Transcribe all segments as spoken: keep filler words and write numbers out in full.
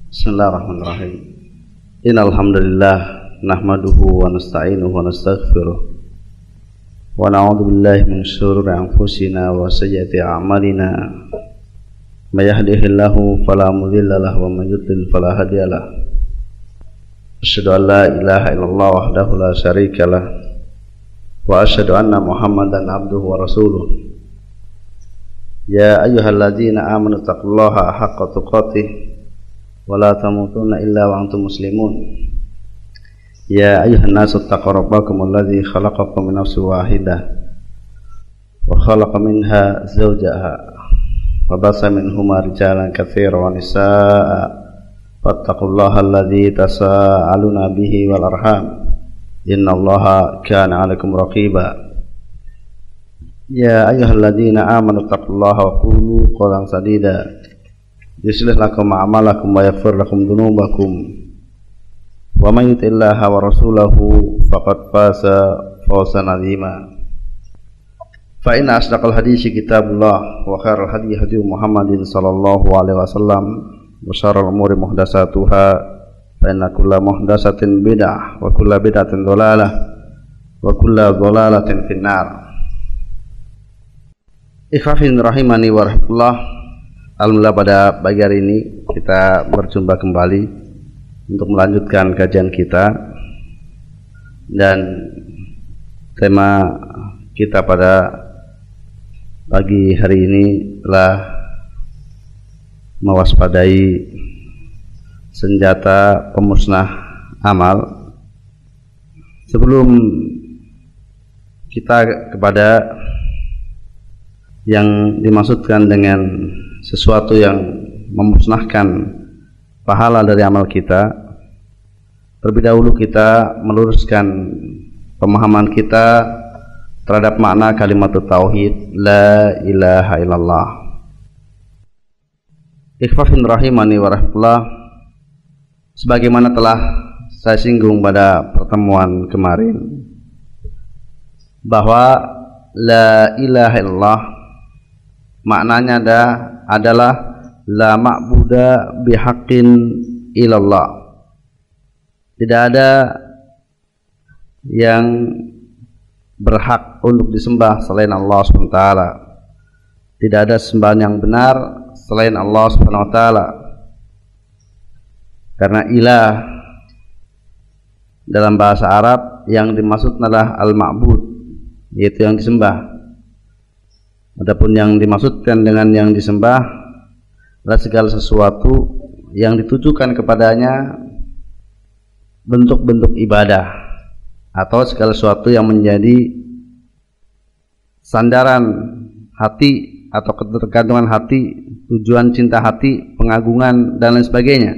Bismillahirrahmanirrahim. Innal hamdalillah nahmaduhu wa nasta'inuhu wa nastaghfiruh wa na'udzu billahi min shururi anfusina wa sayyiati a'malina. May yahdihillahu fala mudilla lahu wa may yudlil fala hadiya lahu. Asyhadu an la ilaha illallah wahdahu la syarika lah wa asyhadu anna Muhammadan abduhu wa rasuluh. Ya ayyuhalladzina amanu taqullaha haqqa tuqatih wa la tamutunna illa wa antum muslimun. Ya ayyuhan nasu taqu rabbakum alladzi khalaqakum min nafsin wahidah wa khalaqa minha zawjaha wa bassa minhuma rijalan katsiran wa nisaa'a fattaqullaha alladzi tasaaluna bihi wal arham innallaha kana 'alaikum raqiba. Ya ayyuhalladzina amanu taqullaha wa qulu qawlan sadida yuslih lakum a'malakum wa yaghfir lakum dhunubakum wa may yuti'illaha wa rasulahu faqad faza fawzan 'azima. Fa inna asdaqal haditsi kitabullah wa khairal hadyi hadyu Muhammadin sallallahu alaihi wasallam wa syarrul umuri muhdatsatuha fa inna kulla muhdatsatin bid'ah wa kulla bid'atin dhalalah wa kulla dhalalatin finnar. Ikhwafin rahimani wa rahmatullah. Alhamdulillah pada pagi hari ini kita berjumpa kembali untuk melanjutkan kajian kita, dan tema kita pada pagi hari ini adalah mewaspadai senjata pemusnah amal. Sebelum kita kepada yang dimaksudkan dengan sesuatu yang memusnahkan pahala dari amal kita, terlebih dahulu kita meluruskan pemahaman kita terhadap makna kalimat tauhid la ilaha illallah. Ikhwafin rahimani wa rahmatullah, sebagaimana telah saya singgung pada pertemuan kemarin bahwa la ilaha illallah maknanya ada adalah la ma'buda bihaqqin ilallah. Tidak ada yang berhak untuk disembah selain Allah subhanahu wa taala. Tidak ada sembahan yang benar selain Allah subhanahu wa taala. Karena ilah dalam bahasa Arab yang dimaksud adalah al-ma'bud, yaitu yang disembah. Adapun yang dimaksudkan dengan yang disembah adalah segala sesuatu yang ditujukan kepadanya bentuk-bentuk ibadah atau segala sesuatu yang menjadi sandaran hati atau ketergantungan hati, tujuan cinta hati, pengagungan dan lain sebagainya.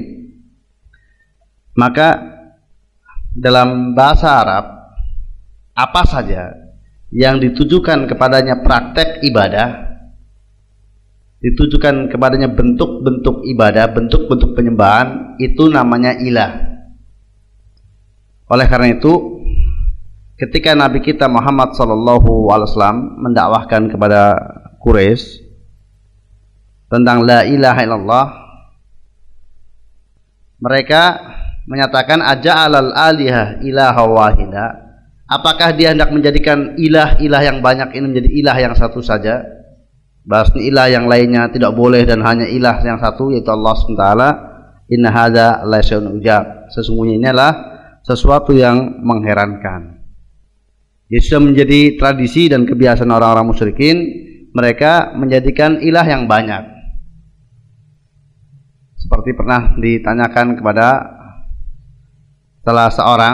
Maka dalam bahasa Arab apa saja yang ditujukan kepadanya praktek ibadah, ditujukan kepadanya bentuk-bentuk ibadah, bentuk-bentuk penyembahan, itu namanya ilah. Oleh karena itu, ketika Nabi kita Muhammad sallallahu alaihi wasallam mendakwahkan kepada Quraisy tentang la ilaha illallah, mereka menyatakan aja'alal alihah ilaha wahida. Apakah dia hendak menjadikan ilah-ilah yang banyak ini menjadi ilah yang satu saja? Bahasanya ilah yang lainnya tidak boleh dan hanya ilah yang satu, yaitu Allah subhanahu wa taala. Inna hadza la syai'un ujab. Sesungguhnya ini adalah sesuatu yang mengherankan. Ini sudah menjadi tradisi dan kebiasaan orang-orang musyrikin. Mereka menjadikan ilah yang banyak. Seperti pernah ditanyakan kepada salah seorang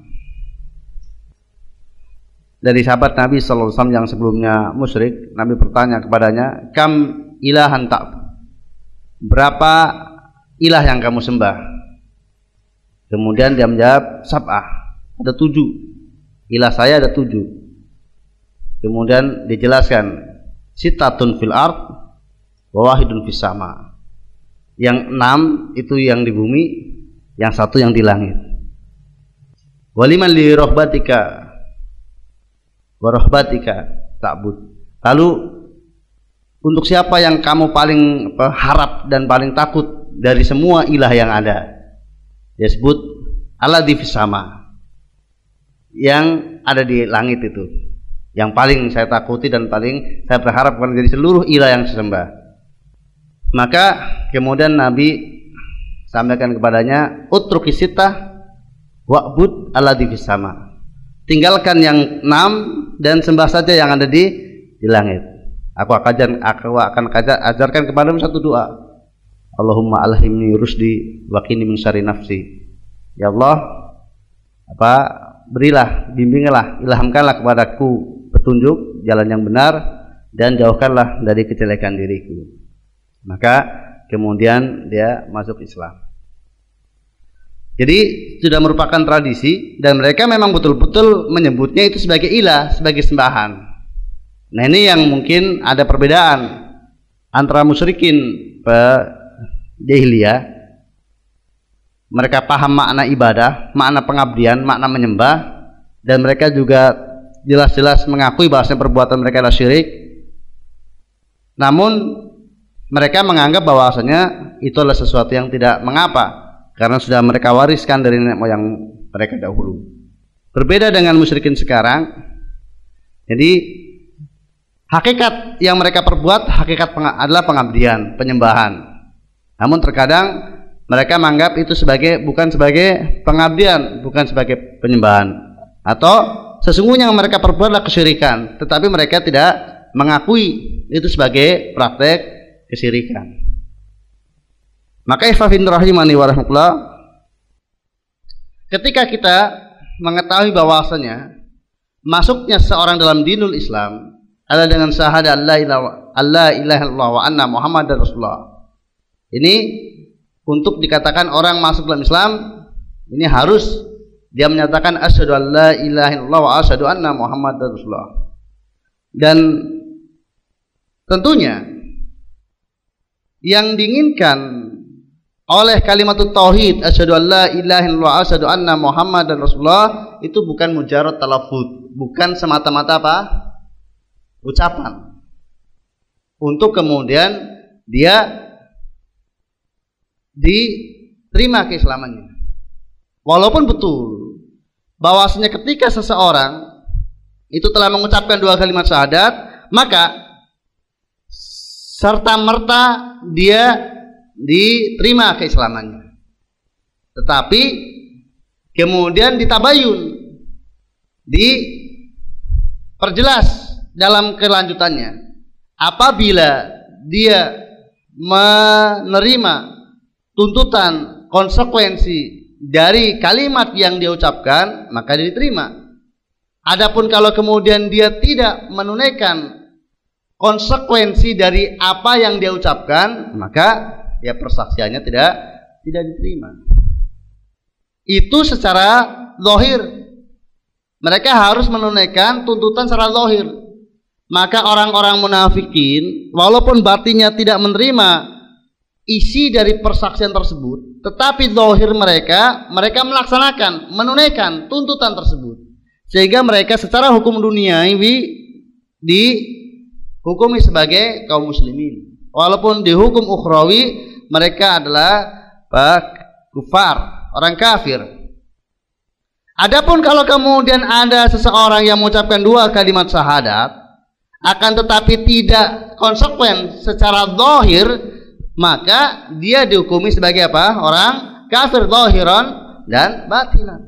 dari sahabat Nabi sallallahu alaihi wasallam yang sebelumnya musyrik. Nabi bertanya kepadanya, kam ilahan tak, berapa ilah yang kamu sembah? Kemudian dia menjawab, sab'ah, ada tujuh, ilah saya ada tujuh. Kemudian dijelaskan, sitatun fil ard wa wahidun fis sama, yang enam itu yang di bumi, yang satu yang di langit. Waliman li rohbatika warahbatika ta'bud. Lalu untuk siapa yang kamu paling apa, harap dan paling takut dari semua ilah yang ada. Dia sebut alladzi fis sama, yang ada di langit itu, yang paling saya takuti dan paling saya berharap akan jadi seluruh ilah yang sesembah. Maka kemudian Nabi sampaikan kepadanya, utruki sittah wa'bud alladzi fis sama. Tinggalkan yang enam dan sembah saja yang ada di di langit. Aku akan aku akan ajarkan kepadamu satu doa. Allahumma alhimni rusdi wa qini min syarri nafsi. Ya Allah, apa berilah, bimbinglah, ilhamkanlah kepadaku petunjuk jalan yang benar dan jauhkanlah dari kejelekan diriku. Maka kemudian dia masuk Islam. Jadi sudah merupakan tradisi dan mereka memang betul-betul menyebutnya itu sebagai ilah, sebagai sembahan. Nah, ini yang mungkin ada perbedaan antara musyrikin jahiliyah. Mereka paham makna ibadah, makna pengabdian, makna menyembah, dan mereka juga jelas-jelas mengakui bahwasanya perbuatan mereka adalah syirik. Namun mereka menganggap bahwasanya itu adalah sesuatu yang tidak mengapa, karena sudah mereka wariskan dari nenek moyang mereka dahulu. Berbeda dengan musyrikin sekarang. Jadi hakikat yang mereka perbuat hakikat peng- adalah pengabdian, penyembahan. Namun terkadang mereka menganggap itu sebagai bukan sebagai pengabdian, bukan sebagai penyembahan, atau sesungguhnya yang mereka perbuat adalah kesyirikan, tetapi mereka tidak mengakui itu sebagai praktek kesyirikan. Maka ikhwafin rahimani wa rahmatullah, ketika kita mengetahui bahwasanya masuknya seorang dalam dinul Islam adalah dengan syahadat Allah ilaha illallah wa anna Muhammadar Rasulullah. Ini untuk dikatakan orang masuk dalam Islam, ini harus dia menyatakan asyhadu an la ilaha illallah wa asyhadu anna Muhammadar Rasulullah. Dan tentunya yang diinginkan oleh kalimat tauhid asyhadu an la ilaha illallah wa asyhadu anna Muhammadar Rasulullah itu bukan mujarrad talaffuz, bukan semata-mata apa? Ucapan. Untuk kemudian dia diterima keislamannya. Walaupun betul bahwasanya ketika seseorang itu telah mengucapkan dua kalimat syahadat, maka serta merta dia diterima keislamannya. Tetapi kemudian ditabayun, diperjelas dalam kelanjutannya. Apabila dia menerima tuntutan, konsekuensi dari kalimat yang dia ucapkan, maka dia diterima. Adapun kalau kemudian dia tidak menunaikan konsekuensi dari apa yang dia ucapkan, maka ya persaksiannya tidak tidak diterima. Itu secara zahir. Mereka harus menunaikan tuntutan secara zahir. Maka orang-orang munafikin walaupun batinnya tidak menerima isi dari persaksian tersebut, tetapi zahir mereka mereka melaksanakan, menunaikan tuntutan tersebut, sehingga mereka secara hukum duniawi dihukumi sebagai kaum muslimin, walaupun di hukum ukhrawi mereka adalah kufar, orang kafir. Adapun kalau kemudian ada seseorang yang mengucapkan dua kalimat syahadat, akan tetapi tidak konsekuen secara zahir, maka dia dihukumi sebagai apa? Orang kafir zahiran dan batinan.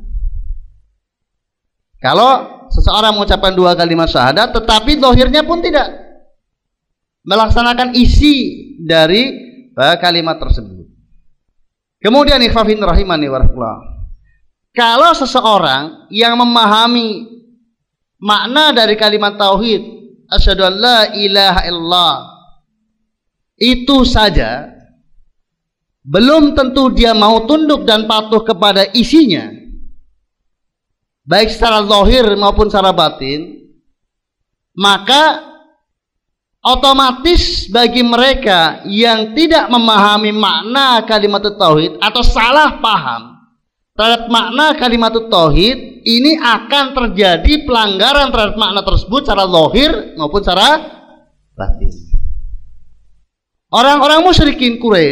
Kalau seseorang mengucapkan dua kalimat syahadat tetapi zahirnya pun tidak melaksanakan isi dari kalimat tersebut. Kemudian ikhwafin rahimani wa rahmatullah, kalau seseorang yang memahami makna dari kalimat tauhid asyhadu an la ilaha illallah itu saja belum tentu dia mau tunduk dan patuh kepada isinya, baik secara zahir maupun secara batin, maka otomatis bagi mereka yang tidak memahami makna kalimat tauhid atau salah paham terhadap makna kalimat tauhid, ini akan terjadi pelanggaran terhadap makna tersebut secara zahir maupun secara batin. Orang-orang musyrikin Quraisy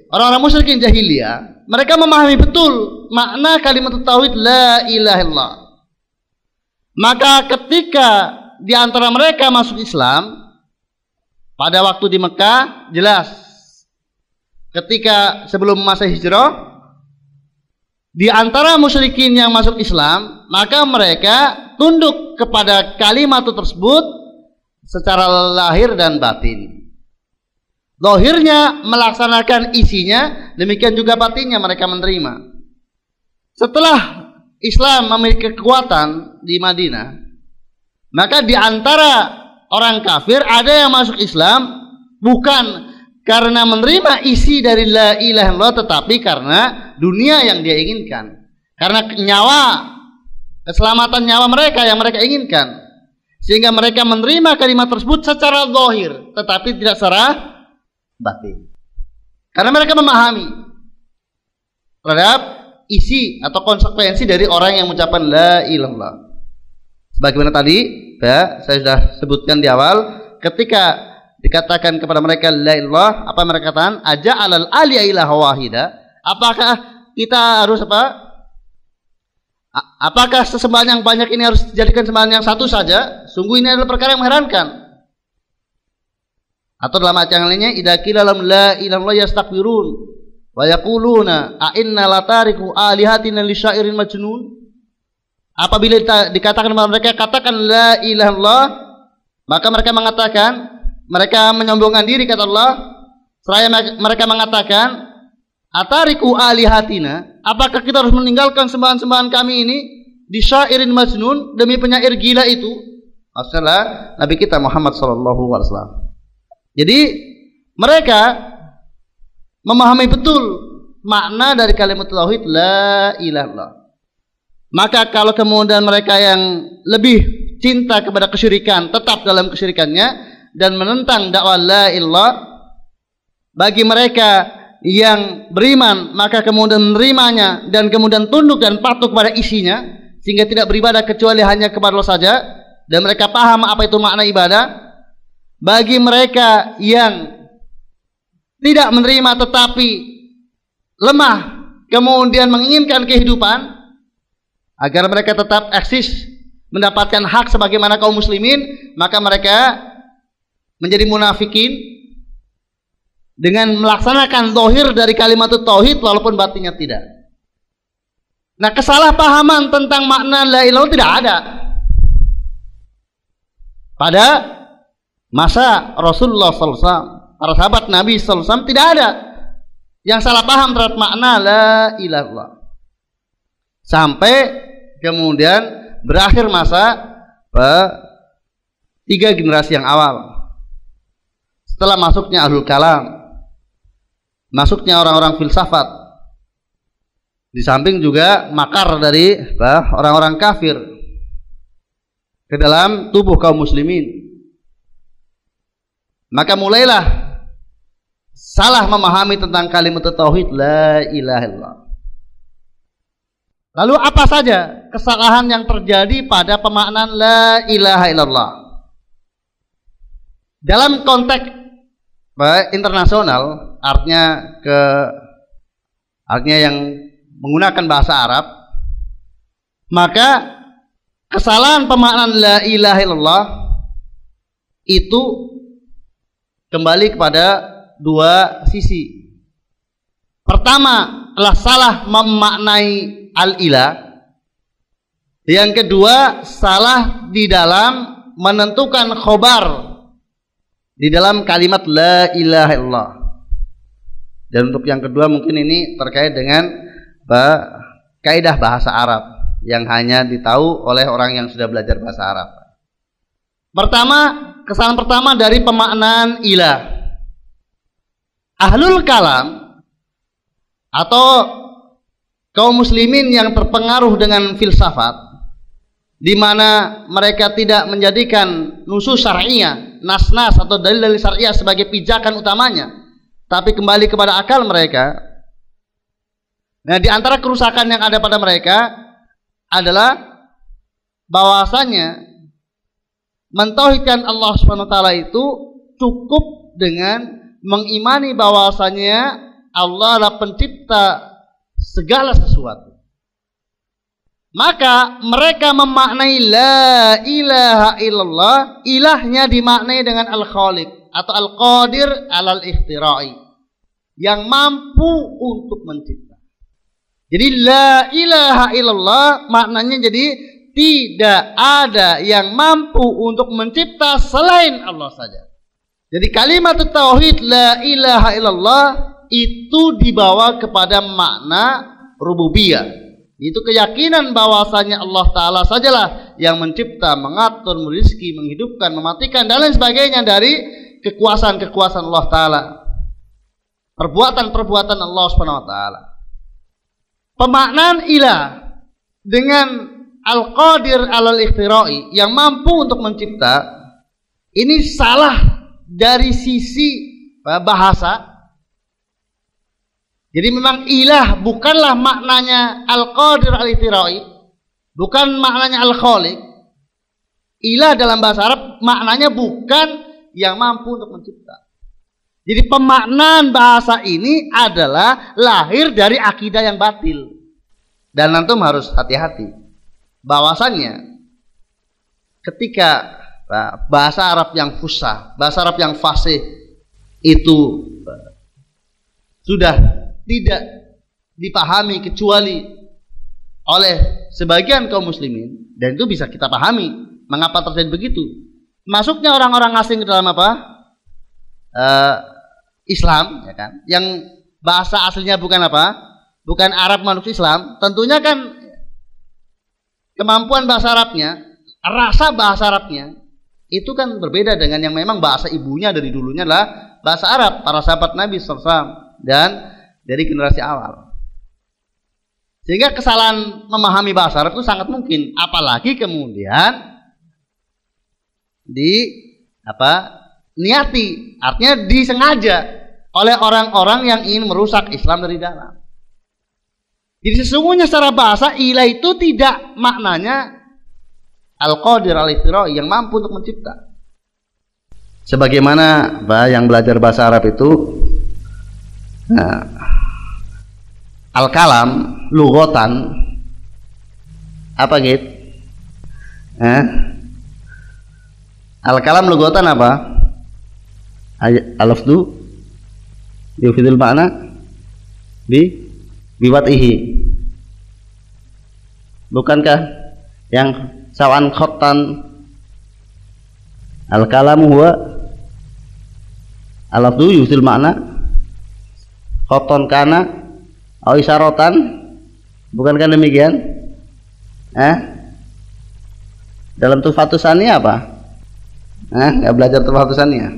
orang-orang musyrikin jahiliyah, mereka memahami betul makna kalimat tauhid la ilaha illallah. Maka ketika di antara mereka masuk Islam pada waktu di Mekah, jelas ketika sebelum masa hijrah, di antara musyrikin yang masuk Islam, maka mereka tunduk kepada kalimat tersebut secara lahir dan batin. Zahirnya melaksanakan isinya, demikian juga batinnya mereka menerima. Setelah Islam memiliki kekuatan di Madinah, maka di antara orang kafir ada yang masuk Islam bukan karena menerima isi dari la ilaha illallah, tetapi karena dunia yang dia inginkan, karena nyawa, keselamatan nyawa mereka yang mereka inginkan, sehingga mereka menerima kalimat tersebut secara zahir, tetapi tidak secara batin, karena mereka memahami terhadap isi atau konsekuensi dari orang yang mengucapkan la ilaha illallah. Sebagaimana tadi ya, saya sudah sebutkan di awal, ketika dikatakan kepada mereka la ilaha illallah, apa mereka katakan? Aja alal aliya ilaha wahida. Apakah kita harus apa? Apakah sesembahan yang banyak ini harus dijadikan sembahan yang satu saja? Sungguh ini adalah perkara yang mengherankan. Atau dalam ayat yang lainnya, idza qila lahum la ilaha illallah yastakbirun wa yaquluna a inna latariku alihatina li syairin majnun. Apabila dikatakan kepada mereka katakan la ilaha illallah, maka mereka mengatakan, mereka menyombongkan diri, kata Allah, seraya mereka mengatakan atariku alihatina, apakah kita harus meninggalkan sembahan-sembahan kami ini di syairin majnun, demi penyair gila itu, maksudnya Nabi kita Muhammad sallallahu alaihi wasallam. Jadi mereka memahami betul makna dari kalimat tauhid la ilaha illallah. Maka kalau kemudian mereka yang lebih cinta kepada kesyirikan tetap dalam kesyirikannya dan menentang dakwah la ilallah, bagi mereka yang beriman maka kemudian menerimanya dan kemudian tunduk dan patuh kepada isinya, sehingga tidak beribadah kecuali hanya kepada Allah saja, dan mereka paham apa itu makna ibadah. Bagi mereka yang tidak menerima tetapi lemah, kemudian menginginkan kehidupan agar mereka tetap eksis, mendapatkan hak sebagaimana kaum muslimin, maka mereka menjadi munafikin dengan melaksanakan zahir dari kalimat tauhid walaupun batinnya tidak. Nah, kesalahpahaman tentang makna la ilaha illallah tidak ada pada masa Rasulullah sallallahu alaihi wasallam. Para sahabat Nabi sallallahu alaihi wasallam tidak ada yang salah paham terhadap makna la ilaha illallah, sampai kemudian berakhir masa tiga generasi yang awal. Setelah masuknya ahlul kalam, masuknya orang-orang filsafat, di samping juga makar dari orang-orang kafir ke dalam tubuh kaum muslimin, maka mulailah salah memahami tentang kalimat tauhid la ilaha illallah. Lalu apa saja kesalahan yang terjadi pada pemaknaan la ilaha illallah? Dalam konteks internasional, artinya ke artinya yang menggunakan bahasa Arab, maka kesalahan pemaknaan la ilaha illallah itu kembali kepada dua sisi. Pertama adalah salah memaknai al-ilah. Yang kedua, salah di dalam menentukan khobar di dalam kalimat la ilaha illallah. Dan untuk yang kedua mungkin ini terkait dengan bah, kaidah bahasa Arab yang hanya ditahu oleh orang yang sudah belajar bahasa Arab. Pertama, kesalahan pertama dari pemaknaan ilah. Ahlul kalam atau kaum muslimin yang terpengaruh dengan filsafat, di mana mereka tidak menjadikan nusus syar'iyah, nas-nas atau dalil-dalil syar'iyah sebagai pijakan utamanya, tapi kembali kepada akal mereka. Nah, di antara kerusakan yang ada pada mereka adalah bahwasanya mentauhidkan Allah subhanahu wa taala itu cukup dengan mengimani bahwasanya Allah adalah pencipta segala sesuatu. Maka mereka memaknai la ilaha illallah, ilahnya dimaknai dengan al-khaliq atau al-qadir alal ikhtira'i, yang mampu untuk mencipta. Jadi la ilaha illallah maknanya jadi tidak ada yang mampu untuk mencipta selain Allah saja. Jadi kalimat tauhid la ilaha illallah itu dibawa kepada makna rububiyah. Itu keyakinan bahwasanya Allah Ta'ala sajalah yang mencipta, mengatur, merizki, menghidupkan, mematikan dan lain sebagainya dari kekuasaan-kekuasaan Allah Ta'ala, perbuatan-perbuatan Allah Subhanahu Wa Ta'ala. Pemaknaan ilah dengan al-qadir alal ikhtira'i, yang mampu untuk mencipta, ini salah dari sisi bahasa. Jadi memang ilah bukanlah maknanya al-qadir al-ikhtira'i, bukan maknanya al-khaliq. Ilah dalam bahasa Arab maknanya bukan yang mampu untuk mencipta. Jadi pemaknaan bahasa ini adalah lahir dari akidah yang batil. Dan antum harus hati-hati bahwasannya ketika bahasa Arab yang fusah, bahasa Arab yang fasih itu sudah tidak dipahami kecuali oleh sebagian kaum muslimin, dan itu bisa kita pahami mengapa terjadi begitu. Masuknya orang-orang asing ke dalam apa? Uh, Islam, ya kan? Yang bahasa aslinya bukan apa? Bukan Arab masuk Islam. Tentunya kan kemampuan bahasa Arabnya, rasa bahasa Arabnya itu kan berbeda dengan yang memang bahasa ibunya dari dulunya adalah bahasa Arab, para sahabat Nabi shallallahu alaihi wasallam dan dari generasi awal. Sehingga kesalahan memahami bahasa Arab itu sangat mungkin, apalagi kemudian di apa? niati, artinya disengaja oleh orang-orang yang ingin merusak Islam dari dalam. Jadi sesungguhnya secara bahasa ilah itu tidak maknanya al-qadir al-ikhtira'i, yang mampu untuk mencipta. Sebagaimana bah, yang belajar bahasa Arab itu, nah, al-kalam lughatan apa gitu? Eh? Al-kalam lughatan apa? Al-lafdu yufidul makna bi biwatihi. Bukankah yang sawan khottan al-kalamu huwa al-lafdu yufidul makna khotton kana au isyarotan, bukankah demikian? Eh? Dalam Tuhfatus Saniyah apa? Eh? Nggak belajar Tuhfatus Saniyah?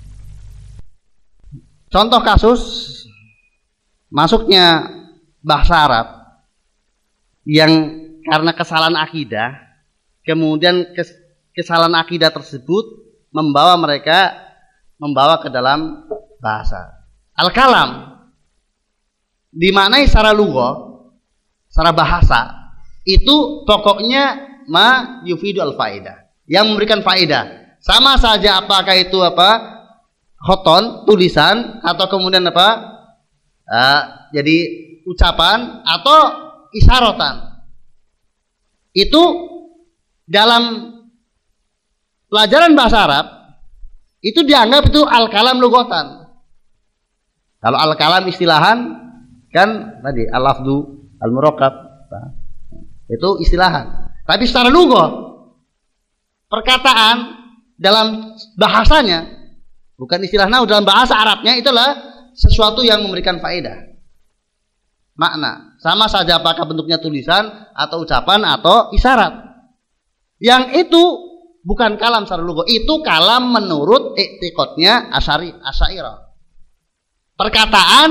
Contoh kasus masuknya bahasa Arab yang karena kesalahan akidah, kemudian kes kesalahan akidah tersebut membawa mereka membawa ke dalam bahasa. Al-kalam dimaknai secara lughah, secara bahasa itu pokoknya ma yufidu al-faidah, yang memberikan faedah. Sama saja apakah itu apa? Khoton, tulisan, atau kemudian apa? Uh, jadi ucapan atau isyarotan. Itu dalam pelajaran bahasa Arab itu dianggap itu al-kalam lughatan. Kalau al-kalam istilahan kan tadi al-lafdu al-murakkab, itu istilahan. Tapi secara lughah, perkataan dalam bahasanya, bukan istilah nahwu, dalam bahasa Arabnya itulah sesuatu yang memberikan faedah, makna. Sama saja apakah bentuknya tulisan atau ucapan atau isyarat. Yang itu bukan kalam secara lughah, itu kalam menurut i'tiqadnya Asy'ari, Asy'ariyah. Perkataan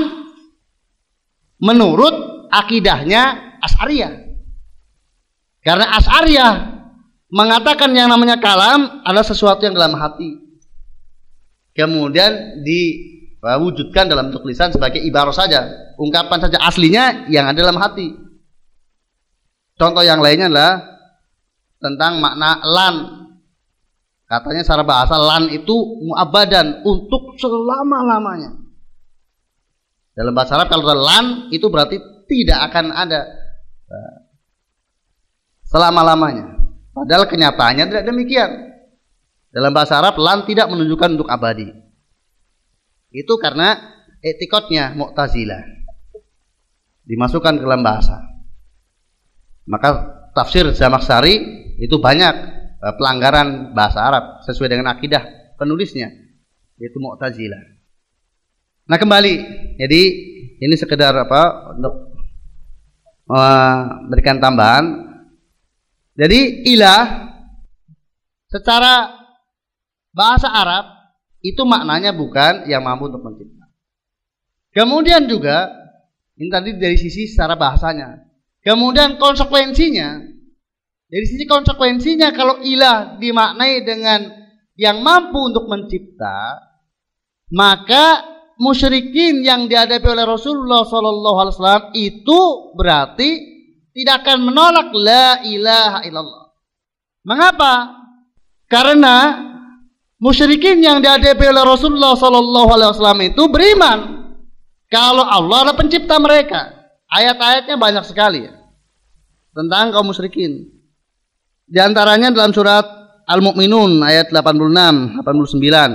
menurut akidahnya Asy'ariyah. Karena Asy'ariyah mengatakan yang namanya kalam adalah sesuatu yang dalam hati, kemudian diwujudkan dalam tulisan sebagai ibarat saja, ungkapan saja, aslinya yang ada dalam hati. Contoh yang lainnya adalah tentang makna lan. Katanya secara bahasa lan itu mu'abbadan, untuk selama-lamanya. Dalam bahasa Arab kalau ada lan itu berarti tidak akan ada selama-lamanya. Padahal kenyataannya tidak demikian. Dalam bahasa Arab lan tidak menunjukkan untuk abadi. Itu karena etikotnya Mu'tazilah dimasukkan ke dalam bahasa. Maka tafsir Zamakhsyari itu banyak pelanggaran bahasa Arab sesuai dengan akidah penulisnya, yaitu Mu'tazilah. Nah kembali, jadi ini sekedar apa untuk memberikan tambahan. Jadi ilah secara bahasa Arab itu maknanya bukan yang mampu untuk mencipta. Kemudian juga ini tadi dari sisi secara bahasanya. Kemudian konsekuensinya, dari sisi konsekuensinya kalau ilah dimaknai dengan yang mampu untuk mencipta, maka musyrikin yang dihadapi oleh Rasulullah Sallallahu Alaihi Wasallam itu berarti tidak akan menolak la ilaha illallah. Mengapa? Karena musyrikin yang dihadapi oleh Rasulullah Sallallahu Alaihi Wasallam itu beriman kalau Allah adalah pencipta mereka. Ayat-ayatnya banyak sekali ya, tentang kaum musyrikin. Di antaranya dalam surat Al-Mu'minun ayat delapan puluh enam delapan puluh sembilan.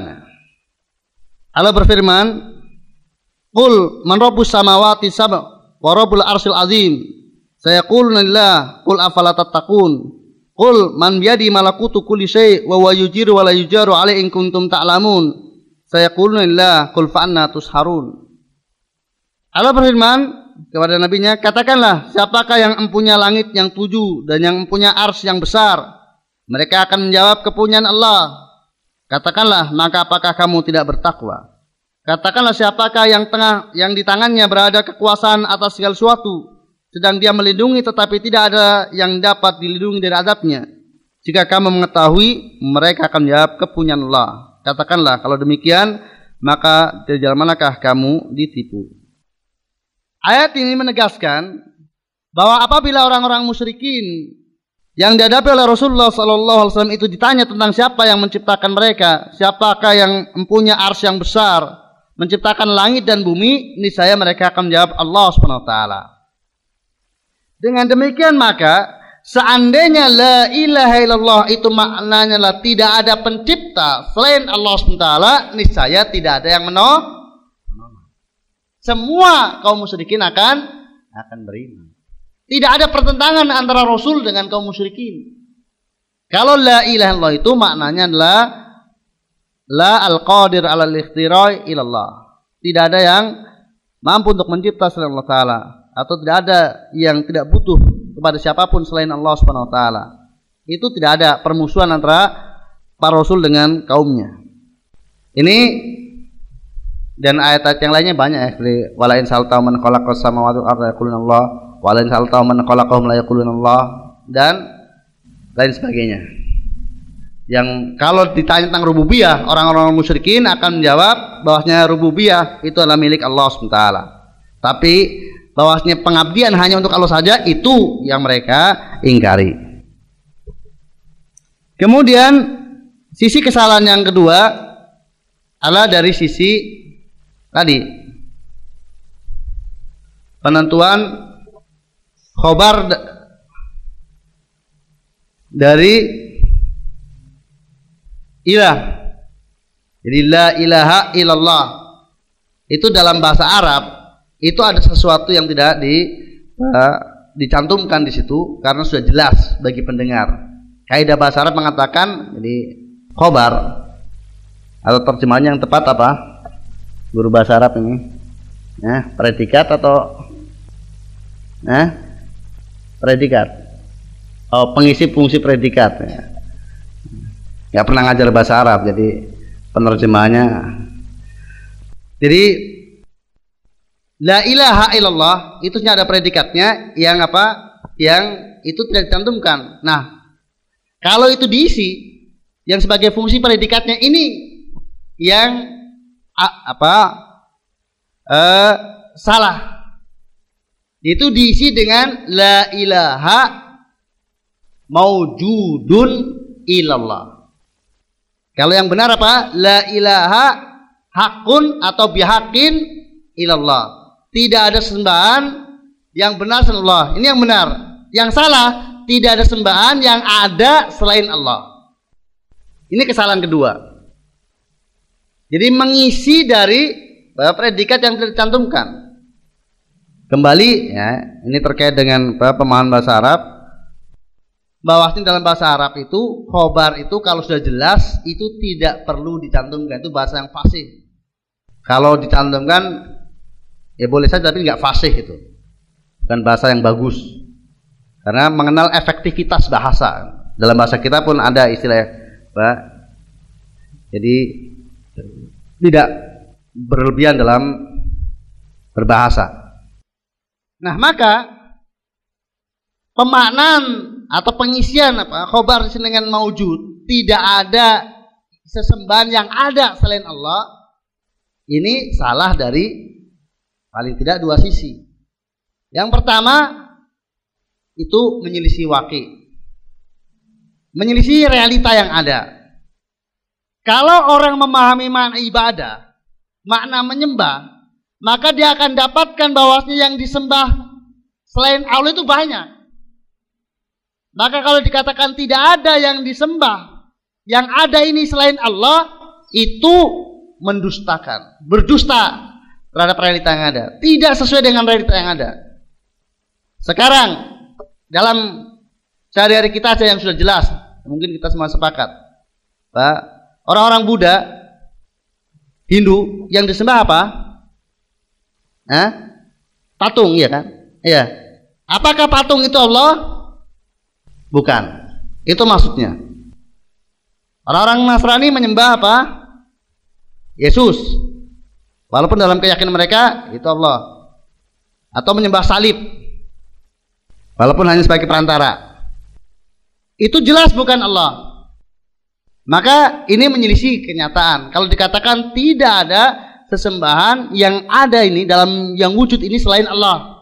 Allah berfirman, "Qul man rabbus samawati sab'a wa rabbul arsyil azim." Sayaquluna lillah, qul afala tattaqun. Qul man biyadi malakutu kulli syai' wa huwa yujiru wa la yujaru alaihi in kuntum ta'lamun. Sayaquluna lillah, qul fa anna tusharun. Allah berfirman kepada nabinya, katakanlah, siapakah yang empunya langit yang tujuh dan yang empunya arsy yang besar? Mereka akan menjawab, kepunyaan Allah. Katakanlah, maka apakah kamu tidak bertakwa? Katakanlah, siapakah yang tengah yang di tangannya berada kekuasaan atas segala sesuatu, sedang dia melindungi tetapi tidak ada yang dapat dilindungi dari azabnya? Jika kamu mengetahui, mereka akan menjawab, kepunyaan Allah. Katakanlah, kalau demikian, maka dari jalan manakah kamu ditipu? Ayat ini menegaskan bahwa apabila orang-orang musyrikin yang dihadapi oleh Rasulullah Sallallahu Alaihi Wasallam itu ditanya tentang siapa yang menciptakan mereka, siapakah yang mempunyai arsy yang besar, menciptakan langit dan bumi, niscaya mereka akan menjawab Allah Subhanahu Wa Taala. Dengan demikian maka seandainya la ilaha illallah itu maknanya lah tidak ada pencipta selain Allah Subhanahu Wa Taala, niscaya tidak ada yang menolong. Semua kaum musyrikin akan akan beriman. Tidak ada pertentangan antara Rasul dengan kaum musyrikin. Kalau la ilaha illallah itu maknanya adalah la al-qadir ala al-ikhtira'i ilallah. Tidak ada yang mampu untuk mencipta selain Allah Ta'ala, atau tidak ada yang tidak butuh kepada siapapun selain Allah Subhanahu Wa Ta'ala. Itu tidak ada permusuhan antara para Rasul dengan kaumnya. Ini dan ayat-ayat yang lainnya banyak ya. Wala in salta man khalaqas samawati wal arda yaquluna Allah, wala in salta man khalaqahum la yaquluna Allah, dan lain sebagainya. Yang kalau ditanya tentang rububiyah, orang-orang musyrikin akan menjawab bahwasanya rububiyah itu adalah milik Allah subhanahu wa taala. Tapi bahwasanya pengabdian hanya untuk Allah saja, itu yang mereka ingkari. Kemudian sisi kesalahan yang kedua adalah dari sisi tadi penentuan khobar dari ilah. Jadi la ilaha illallah itu dalam bahasa Arab itu ada sesuatu yang tidak di uh, dicantumkan di situ karena sudah jelas bagi pendengar. Kaidah bahasa Arab mengatakan jadi khobar atau terjemahannya yang tepat apa? Guru bahasa Arab ini, ya, predikat atau, nah, predikat, oh, pengisi fungsi predikat. Ya. Nggak pernah ngajar bahasa Arab, jadi penerjemahannya. Jadi la ilaha illallah itu hanya ada predikatnya yang apa? Yang itu tidak dicantumkan. Nah, kalau itu diisi, yang sebagai fungsi predikatnya ini yang A, apa uh, salah, itu diisi dengan la ilaha maujudun ilallah. Kalau yang benar apa? La ilaha hakun atau bihaqin ilallah. tidak ada sembahan yang benar selain Allah. Ini yang benar. Yang salah, tidak ada sembahan yang ada selain Allah. Ini kesalahan kedua. Jadi mengisi dari predikat yang tidak dicantumkan. Kembali ya, ini terkait dengan pemahaman bahasa Arab. Bahwasanya dalam bahasa Arab itu khobar itu kalau sudah jelas itu tidak perlu dicantumkan, itu bahasa yang fasih. Kalau dicantumkan ya boleh saja tapi nggak fasih itu, bukan bahasa yang bagus. Karena mengenal efektivitas bahasa, dalam bahasa kita pun ada istilah Pak. Jadi tidak berlebihan dalam berbahasa. Nah maka pemaknaan atau pengisian apa khobar dengan maujud, tidak ada sesembahan yang ada selain Allah, ini salah dari paling tidak dua sisi. Yang pertama itu menyelisih waqi, menyelisih realita yang ada. Kalau orang memahami makna ibadah, makna menyembah, maka dia akan dapatkan bahwasanya yang disembah selain Allah itu banyak. Maka kalau dikatakan tidak ada yang disembah, yang ada ini selain Allah, itu mendustakan, berdusta terhadap realita yang ada, tidak sesuai dengan realita yang ada. Sekarang dalam sehari-hari kita aja yang sudah jelas, mungkin kita semua sepakat, Pak, orang-orang Buddha, Hindu yang disembah apa? Hah? Patung, ya kan? Iya. Apakah patung itu Allah? Bukan. Itu maksudnya. Orang-orang Nasrani menyembah apa? Yesus. Walaupun dalam keyakinan mereka itu Allah. Atau menyembah salib. Walaupun hanya sebagai perantara. Itu jelas bukan Allah. Maka ini menyelisih kenyataan. Kalau dikatakan tidak ada sesembahan yang ada ini dalam yang wujud ini selain Allah.